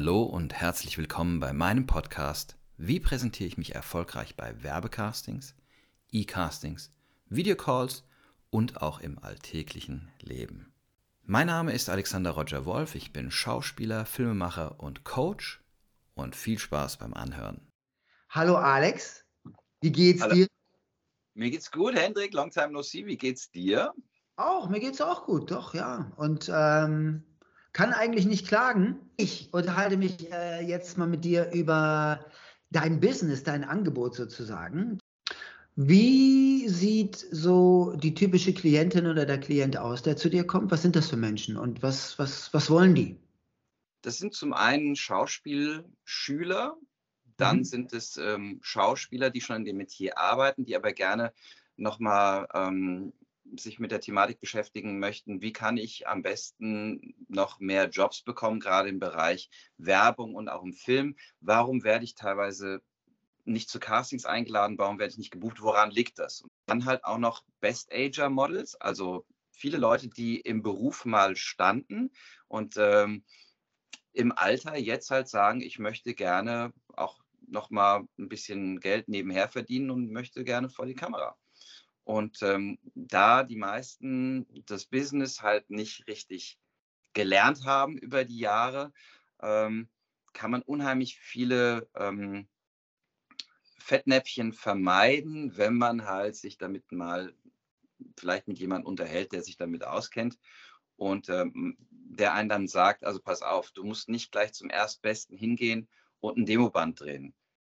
Hallo und herzlich willkommen bei meinem Podcast Wie präsentiere ich mich erfolgreich bei Werbecastings, E-Castings, Videocalls und auch im alltäglichen Leben. Mein Name ist Alexander Roger Wolf, ich bin Schauspieler, Filmemacher und Coach und viel Spaß beim Anhören. Hallo Alex, wie geht's Hallo. dir? Mir geht's gut, Hendrik, long time no see. Wie geht's dir? Mir geht's auch gut, doch, ja. Und kann eigentlich nicht klagen. Ich unterhalte mich jetzt mal mit dir über dein Business, dein Angebot sozusagen. Wie sieht so die typische Klientin oder der Klient aus, der zu dir kommt? Was sind das für Menschen und was wollen die? Das sind zum einen Schauspielschüler, dann sind es Schauspieler, die schon in dem Metier arbeiten, die aber gerne nochmal sich mit der Thematik beschäftigen möchten, wie kann ich am besten noch mehr Jobs bekommen, gerade im Bereich Werbung und auch im Film. Warum werde ich teilweise nicht zu Castings eingeladen, warum werde ich nicht gebucht, woran liegt das? Und dann halt auch noch Best-Ager-Models, also viele Leute, die im Beruf mal standen und im Alter jetzt halt sagen, ich möchte gerne auch noch mal ein bisschen Geld nebenher verdienen und möchte gerne vor die Kamera. Und da die meisten das Business halt nicht richtig gelernt haben über die Jahre, kann man unheimlich viele Fettnäpfchen vermeiden, wenn man halt sich damit mal vielleicht mit jemandem unterhält, der sich damit auskennt und der einen dann sagt, also pass auf, du musst nicht gleich zum Erstbesten hingehen und ein Demoband drehen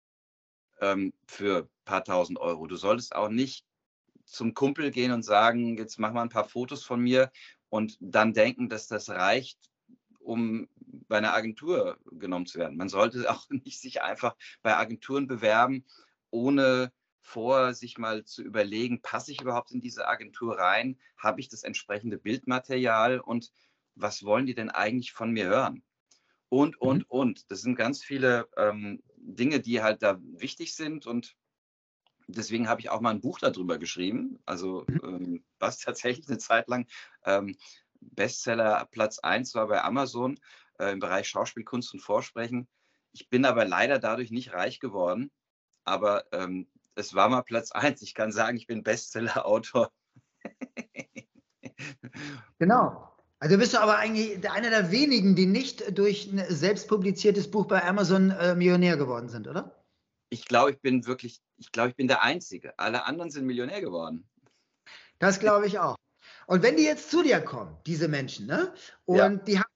für ein paar tausend Euro. Du solltest auch nicht zum Kumpel gehen und sagen, jetzt mach mal ein paar Fotos von mir und dann denken, dass das reicht, um bei einer Agentur genommen zu werden. Man sollte auch nicht sich einfach bei Agenturen bewerben, ohne vor sich mal zu überlegen, passe ich überhaupt in diese Agentur rein? Habe ich das entsprechende Bildmaterial und was wollen die denn eigentlich von mir hören? Und. Das sind ganz viele Dinge, die halt da wichtig sind und deswegen habe ich auch mal ein Buch darüber geschrieben, also was tatsächlich eine Zeit lang Bestseller Platz 1 war bei Amazon im Bereich Schauspiel, Kunst und Vorsprechen. Ich bin aber leider dadurch nicht reich geworden, aber es war mal Platz 1. Ich kann sagen, ich bin Bestseller-Autor. Genau. Also bist du aber eigentlich einer der wenigen, die nicht durch ein selbst publiziertes Buch bei Amazon Millionär geworden sind, oder? Ich bin der Einzige. Alle anderen sind Millionär geworden. Das glaube ich auch. Und wenn die jetzt zu dir kommen, diese Menschen, ne? Und Ja. die haben,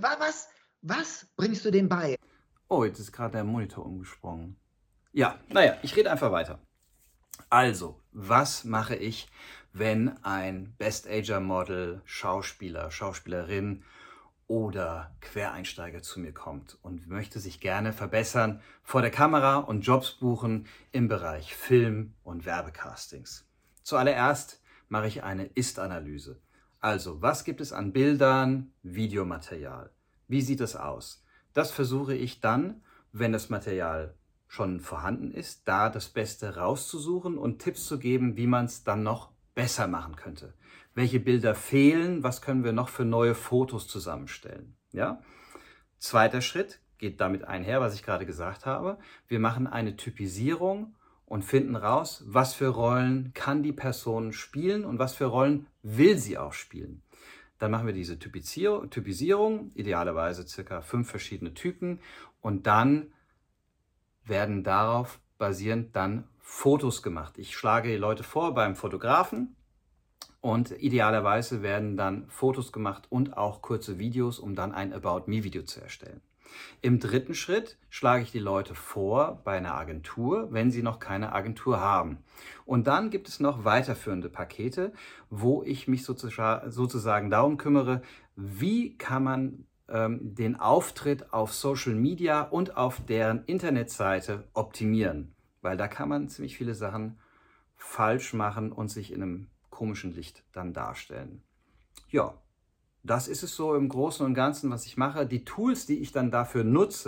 was bringst du denen bei? Oh, jetzt ist gerade der Monitor umgesprungen. Ja, naja, ich rede einfach weiter. Also, was mache ich, wenn ein Best-Ager-Model, Schauspieler, Schauspielerin oder Quereinsteiger zu mir kommt und möchte sich gerne verbessern vor der Kamera und Jobs buchen im Bereich Film und Werbecastings? Zuallererst mache ich eine Ist-Analyse. Also, was gibt es an Bildern, Videomaterial? Wie sieht es aus? Das versuche ich dann, wenn das Material schon vorhanden ist, da das Beste rauszusuchen und Tipps zu geben, wie man es dann noch besser machen könnte. Welche Bilder fehlen, was können wir noch für neue Fotos zusammenstellen. Ja? Zweiter Schritt geht damit einher, was ich gerade gesagt habe. Wir machen eine Typisierung und finden raus, was für Rollen kann die Person spielen und was für Rollen will sie auch spielen. Dann machen wir diese Typisierung, idealerweise circa 5 verschiedene Typen und dann werden darauf basierend dann Fotos gemacht. Ich schlage die Leute vor beim Fotografen und idealerweise werden dann Fotos gemacht und auch kurze Videos, um dann ein About Me Video zu erstellen. Im dritten Schritt schlage ich die Leute vor bei einer Agentur, wenn sie noch keine Agentur haben. Und dann gibt es noch weiterführende Pakete, wo ich mich sozusagen darum kümmere, wie kann man den Auftritt auf Social Media und auf deren Internetseite optimieren. Weil da kann man ziemlich viele Sachen falsch machen und sich in einem komischen Licht dann darstellen. Ja, das ist es so im Großen und Ganzen, was ich mache. Die Tools, die ich dann dafür nutze,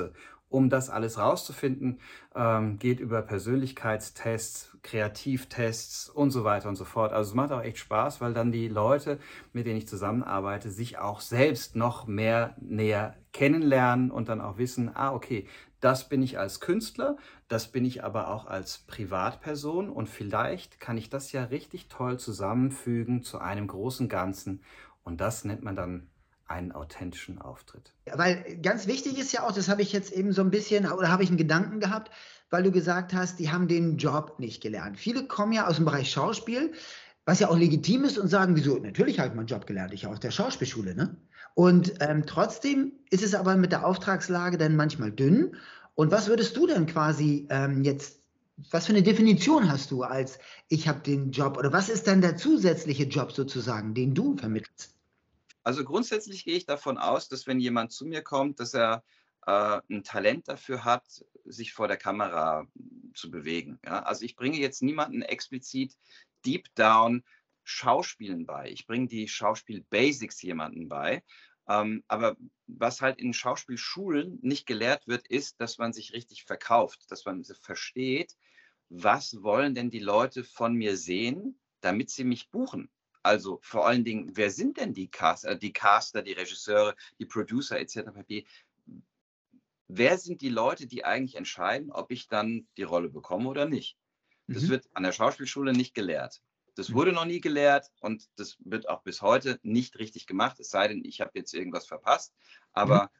Um das alles rauszufinden, geht über Persönlichkeitstests, Kreativtests und so weiter und so fort. Also es macht auch echt Spaß, weil dann die Leute, mit denen ich zusammenarbeite, sich auch selbst noch mehr näher kennenlernen und dann auch wissen, okay, das bin ich als Künstler, das bin ich aber auch als Privatperson und vielleicht kann ich das ja richtig toll zusammenfügen zu einem großen Ganzen und das nennt man dann einen authentischen Auftritt. Weil ganz wichtig ist ja auch, das habe ich jetzt eben so ein bisschen, oder habe ich einen Gedanken gehabt, weil du gesagt hast, die haben den Job nicht gelernt. Viele kommen ja aus dem Bereich Schauspiel, was ja auch legitim ist und sagen, wieso, natürlich habe ich meinen Job gelernt, ich aus der Schauspielschule, ne? Und trotzdem ist es aber mit der Auftragslage dann manchmal dünn. Und was würdest du denn quasi jetzt, was für eine Definition hast du als, ich habe den Job, oder was ist dann der zusätzliche Job sozusagen, den du vermittelst? Also grundsätzlich gehe ich davon aus, dass wenn jemand zu mir kommt, dass er ein Talent dafür hat, sich vor der Kamera zu bewegen. Ja? Also ich bringe jetzt niemanden explizit deep down Schauspielen bei. Ich bringe die Schauspiel-Basics jemandem bei. Aber was halt in Schauspielschulen nicht gelehrt wird, ist, dass man sich richtig verkauft, dass man versteht, was wollen denn die Leute von mir sehen, damit sie mich buchen. Also vor allen Dingen, wer sind denn die Caster, die Regisseure, die Producer etc. pp. Wer sind die Leute, die eigentlich entscheiden, ob ich dann die Rolle bekomme oder nicht? Das wird an der Schauspielschule nicht gelehrt. Das wurde noch nie gelehrt und das wird auch bis heute nicht richtig gemacht, es sei denn, ich habe jetzt irgendwas verpasst. Aber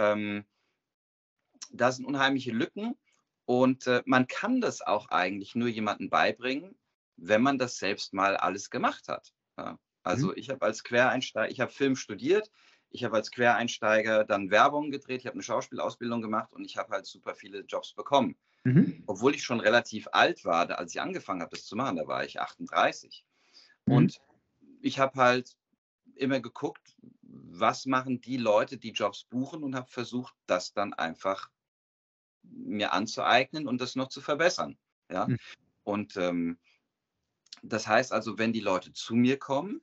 da sind unheimliche Lücken und man kann das auch eigentlich nur jemandem beibringen, wenn man das selbst mal alles gemacht hat. Ja. Also ich habe als Quereinsteiger, ich habe Film studiert, ich habe als Quereinsteiger dann Werbung gedreht, ich habe eine Schauspielausbildung gemacht und ich habe halt super viele Jobs bekommen. Obwohl ich schon relativ alt war, als ich angefangen habe, das zu machen, da war ich 38. Und ich habe halt immer geguckt, was machen die Leute, die Jobs buchen und habe versucht, das dann einfach mir anzueignen und das noch zu verbessern. Ja? Und das heißt also, wenn die Leute zu mir kommen,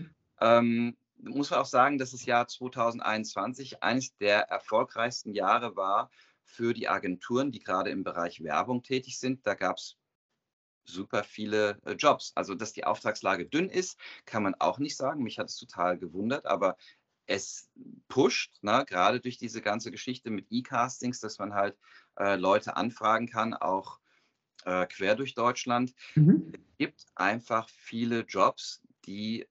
muss man auch sagen, dass das Jahr 2021 eines der erfolgreichsten Jahre war für die Agenturen, die gerade im Bereich Werbung tätig sind. Da gab es super viele Jobs. Also, dass die Auftragslage dünn ist, kann man auch nicht sagen. Mich hat es total gewundert, aber es pusht, ne, gerade durch diese ganze Geschichte mit E-Castings, dass man halt Leute anfragen kann, auch quer durch Deutschland. Es gibt einfach viele Jobs, die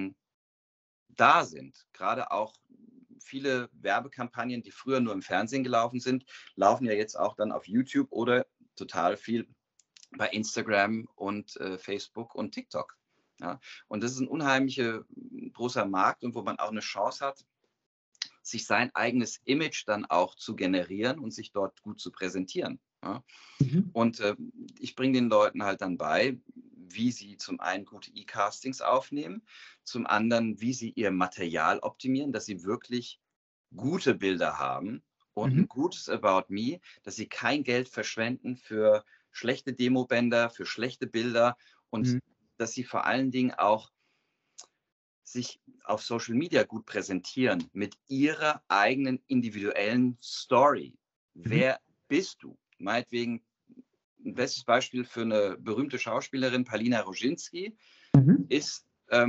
da sind. Gerade auch viele Werbekampagnen, die früher nur im Fernsehen gelaufen sind, laufen ja jetzt auch dann auf YouTube oder total viel bei Instagram und Facebook und TikTok. Ja? Und das ist ein unheimlicher großer Markt und wo man auch eine Chance hat, sich sein eigenes Image dann auch zu generieren und sich dort gut zu präsentieren. Ja? Und ich bringe den Leuten halt dann bei, wie sie zum einen gute E-Castings aufnehmen, zum anderen, wie sie ihr Material optimieren, dass sie wirklich gute Bilder haben und ein gutes About Me, dass sie kein Geld verschwenden für schlechte Demobänder, für schlechte Bilder und dass sie vor allen Dingen auch sich auf Social Media gut präsentieren mit ihrer eigenen individuellen Story. Wer bist du? Meinetwegen ein bestes Beispiel für eine berühmte Schauspielerin, Paulina Roginski, ist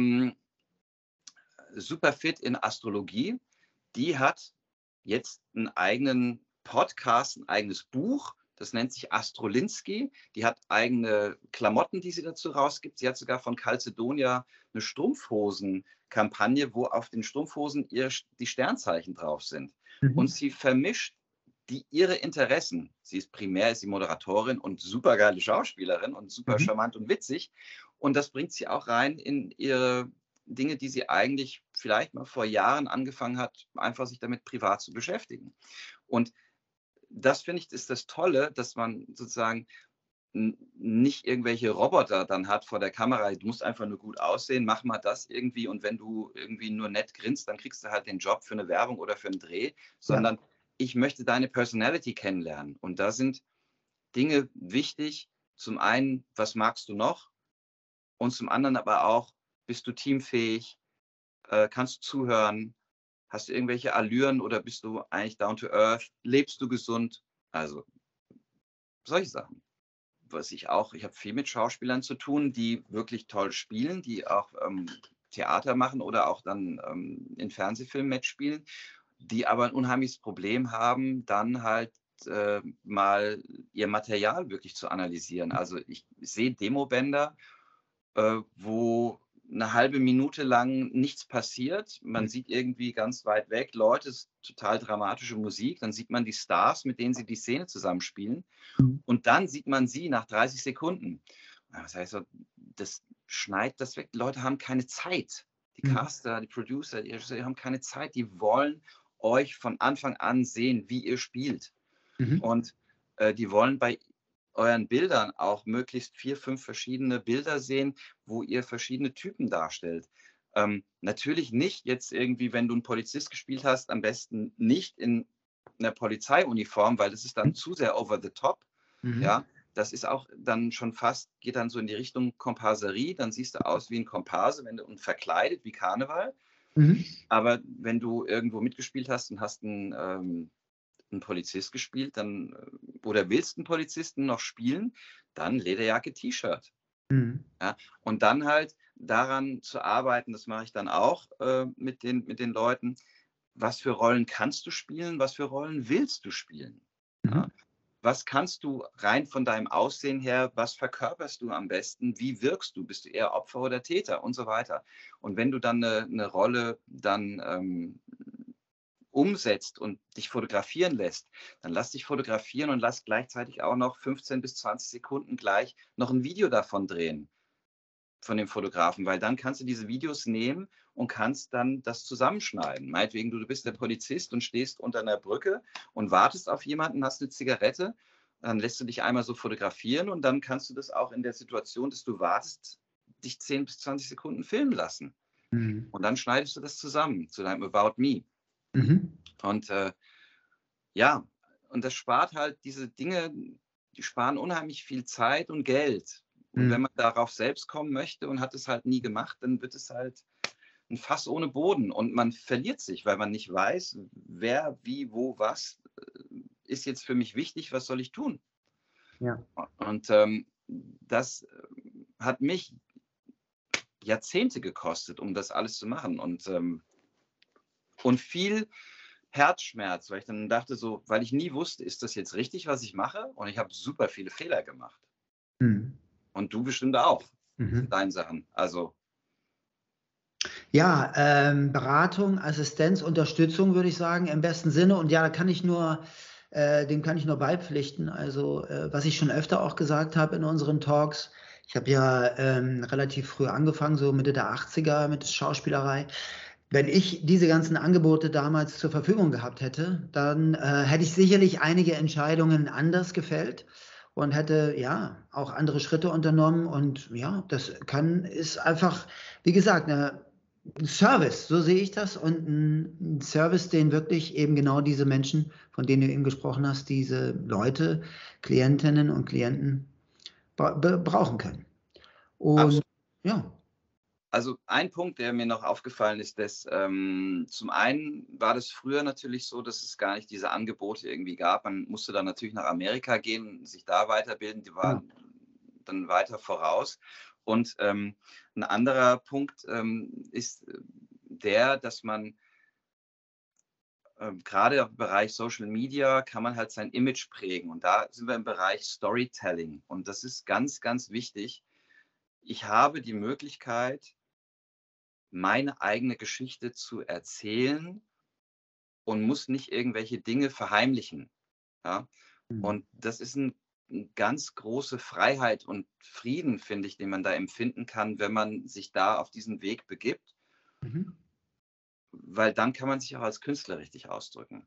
super fit in Astrologie. Die hat jetzt einen eigenen Podcast, ein eigenes Buch. Das nennt sich Astrolinski. Die hat eigene Klamotten, die sie dazu rausgibt. Sie hat sogar von Calcedonia eine Strumpfhosen-Kampagne, wo auf den Strumpfhosen die Sternzeichen drauf sind. Und sie vermischt ihre Interessen. Sie ist Moderatorin und super geile Schauspielerin und super charmant und witzig. Und das bringt sie auch rein in ihre Dinge, die sie eigentlich vielleicht mal vor Jahren angefangen hat, einfach sich damit privat zu beschäftigen. Und das finde ich, ist das Tolle, dass man sozusagen nicht irgendwelche Roboter dann hat vor der Kamera. Du musst einfach nur gut aussehen, mach mal das irgendwie und wenn du irgendwie nur nett grinst, dann kriegst du halt den Job für eine Werbung oder für einen Dreh, sondern ich möchte deine Personality kennenlernen. Und da sind Dinge wichtig. Zum einen, was magst du noch? Und zum anderen aber auch, bist du teamfähig? Kannst du zuhören? Hast du irgendwelche Allüren oder bist du eigentlich down to earth? Lebst du gesund? Also solche Sachen. Ich habe viel mit Schauspielern zu tun, die wirklich toll spielen, die auch Theater machen oder auch dann in Fernsehfilmen mitspielen, die aber ein unheimliches Problem haben, dann halt mal ihr Material wirklich zu analysieren. Also ich sehe Demobänder, wo eine halbe Minute lang nichts passiert. Man sieht irgendwie ganz weit weg Leute, es ist total dramatische Musik. Dann sieht man die Stars, mit denen sie die Szene zusammenspielen. Und dann sieht man sie nach 30 Sekunden. Das heißt, das schneidet das weg. Die Leute haben keine Zeit. Die Caster, die Producer, die Regisseure haben keine Zeit. Die wollen euch von Anfang an sehen, wie ihr spielt. Und die wollen bei euren Bildern auch möglichst 4, 5 verschiedene Bilder sehen, wo ihr verschiedene Typen darstellt. Natürlich nicht jetzt irgendwie, wenn du einen Polizist gespielt hast, am besten nicht in einer Polizeiuniform, weil das ist dann zu sehr over the top. Ja, das ist auch dann schon fast, geht dann so in die Richtung Komparserie, dann siehst du aus wie ein Komparse, wenn du und verkleidet wie Karneval. Aber wenn du irgendwo mitgespielt hast und hast einen Polizist gespielt, dann oder willst einen Polizisten noch spielen, dann Lederjacke, T-Shirt. Ja, und dann halt daran zu arbeiten, das mache ich dann auch mit den Leuten, was für Rollen kannst du spielen, was für Rollen willst du spielen? Ja? Was kannst du rein von deinem Aussehen her, was verkörperst du am besten, wie wirkst du, bist du eher Opfer oder Täter und so weiter. Und wenn du dann eine Rolle dann umsetzt und dich fotografieren lässt, dann lass dich fotografieren und lass gleichzeitig auch noch 15 bis 20 Sekunden gleich noch ein Video davon drehen, von dem Fotografen, weil dann kannst du diese Videos nehmen und kannst dann das zusammenschneiden. Meinetwegen, du bist der Polizist und stehst unter einer Brücke und wartest auf jemanden, hast eine Zigarette, dann lässt du dich einmal so fotografieren und dann kannst du das auch in der Situation, dass du wartest, dich 10 bis 20 Sekunden filmen lassen. Und dann schneidest du das zusammen zu deinem About Me. Und ja, und das spart halt diese Dinge, die sparen unheimlich viel Zeit und Geld. Und wenn man darauf selbst kommen möchte und hat es halt nie gemacht, dann wird es halt ein Fass ohne Boden und man verliert sich, weil man nicht weiß, wer, wie, wo, was ist jetzt für mich wichtig, was soll ich tun? Ja. Und das hat mich Jahrzehnte gekostet, um das alles zu machen und viel Herzschmerz, weil ich dann dachte so, weil ich nie wusste, ist das jetzt richtig, was ich mache? Und ich habe super viele Fehler gemacht. Und du bestimmt auch in deinen Sachen. Also ja, Beratung, Assistenz, Unterstützung würde ich sagen, im besten Sinne. Und ja, dem kann ich nur beipflichten. Also, was ich schon öfter auch gesagt habe in unseren Talks, ich habe ja relativ früh angefangen, so Mitte der 80er mit Schauspielerei. Wenn ich diese ganzen Angebote damals zur Verfügung gehabt hätte, dann hätte ich sicherlich einige Entscheidungen anders gefällt und hätte ja auch andere Schritte unternommen. Und ja, ist einfach, wie gesagt, ein Service, so sehe ich das. Und ein Service, den wirklich eben genau diese Menschen, von denen du eben gesprochen hast, diese Leute, Klientinnen und Klienten brauchen können. Und absolut. ja. Also ein Punkt, der mir noch aufgefallen ist, dass zum einen war das früher natürlich so, dass es gar nicht diese Angebote irgendwie gab. Man musste dann natürlich nach Amerika gehen, sich da weiterbilden, die waren dann weiter voraus. Und ein anderer Punkt ist der, dass man gerade im Bereich Social Media kann man halt sein Image prägen. Und da sind wir im Bereich Storytelling. Und das ist ganz, ganz wichtig. Ich habe die Möglichkeit, meine eigene Geschichte zu erzählen und muss nicht irgendwelche Dinge verheimlichen. Ja? Und das ist eine ganz große Freiheit und Frieden, finde ich, den man da empfinden kann, wenn man sich da auf diesen Weg begibt. Weil dann kann man sich auch als Künstler richtig ausdrücken.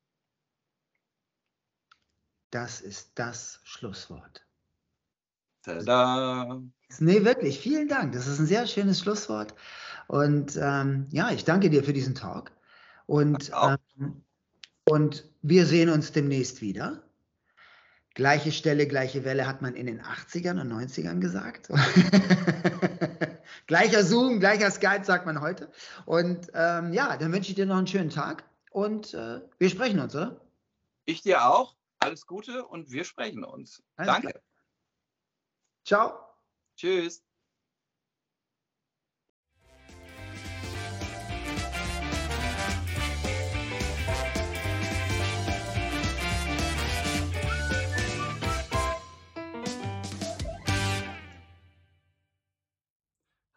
Das ist das Schlusswort. Tada! Nee, wirklich, vielen Dank. Das ist ein sehr schönes Schlusswort. Und ja, ich danke dir für diesen Talk. Und wir sehen uns demnächst wieder. Gleiche Stelle, gleiche Welle hat man in den 80ern und 90ern gesagt. Gleicher Zoom, gleicher Skype, sagt man heute. Und ja, dann wünsche ich dir noch einen schönen Tag und wir sprechen uns, oder? Ich dir auch. alles Gute und wir sprechen uns. Alles Danke. klar. Ciao. Tschüss.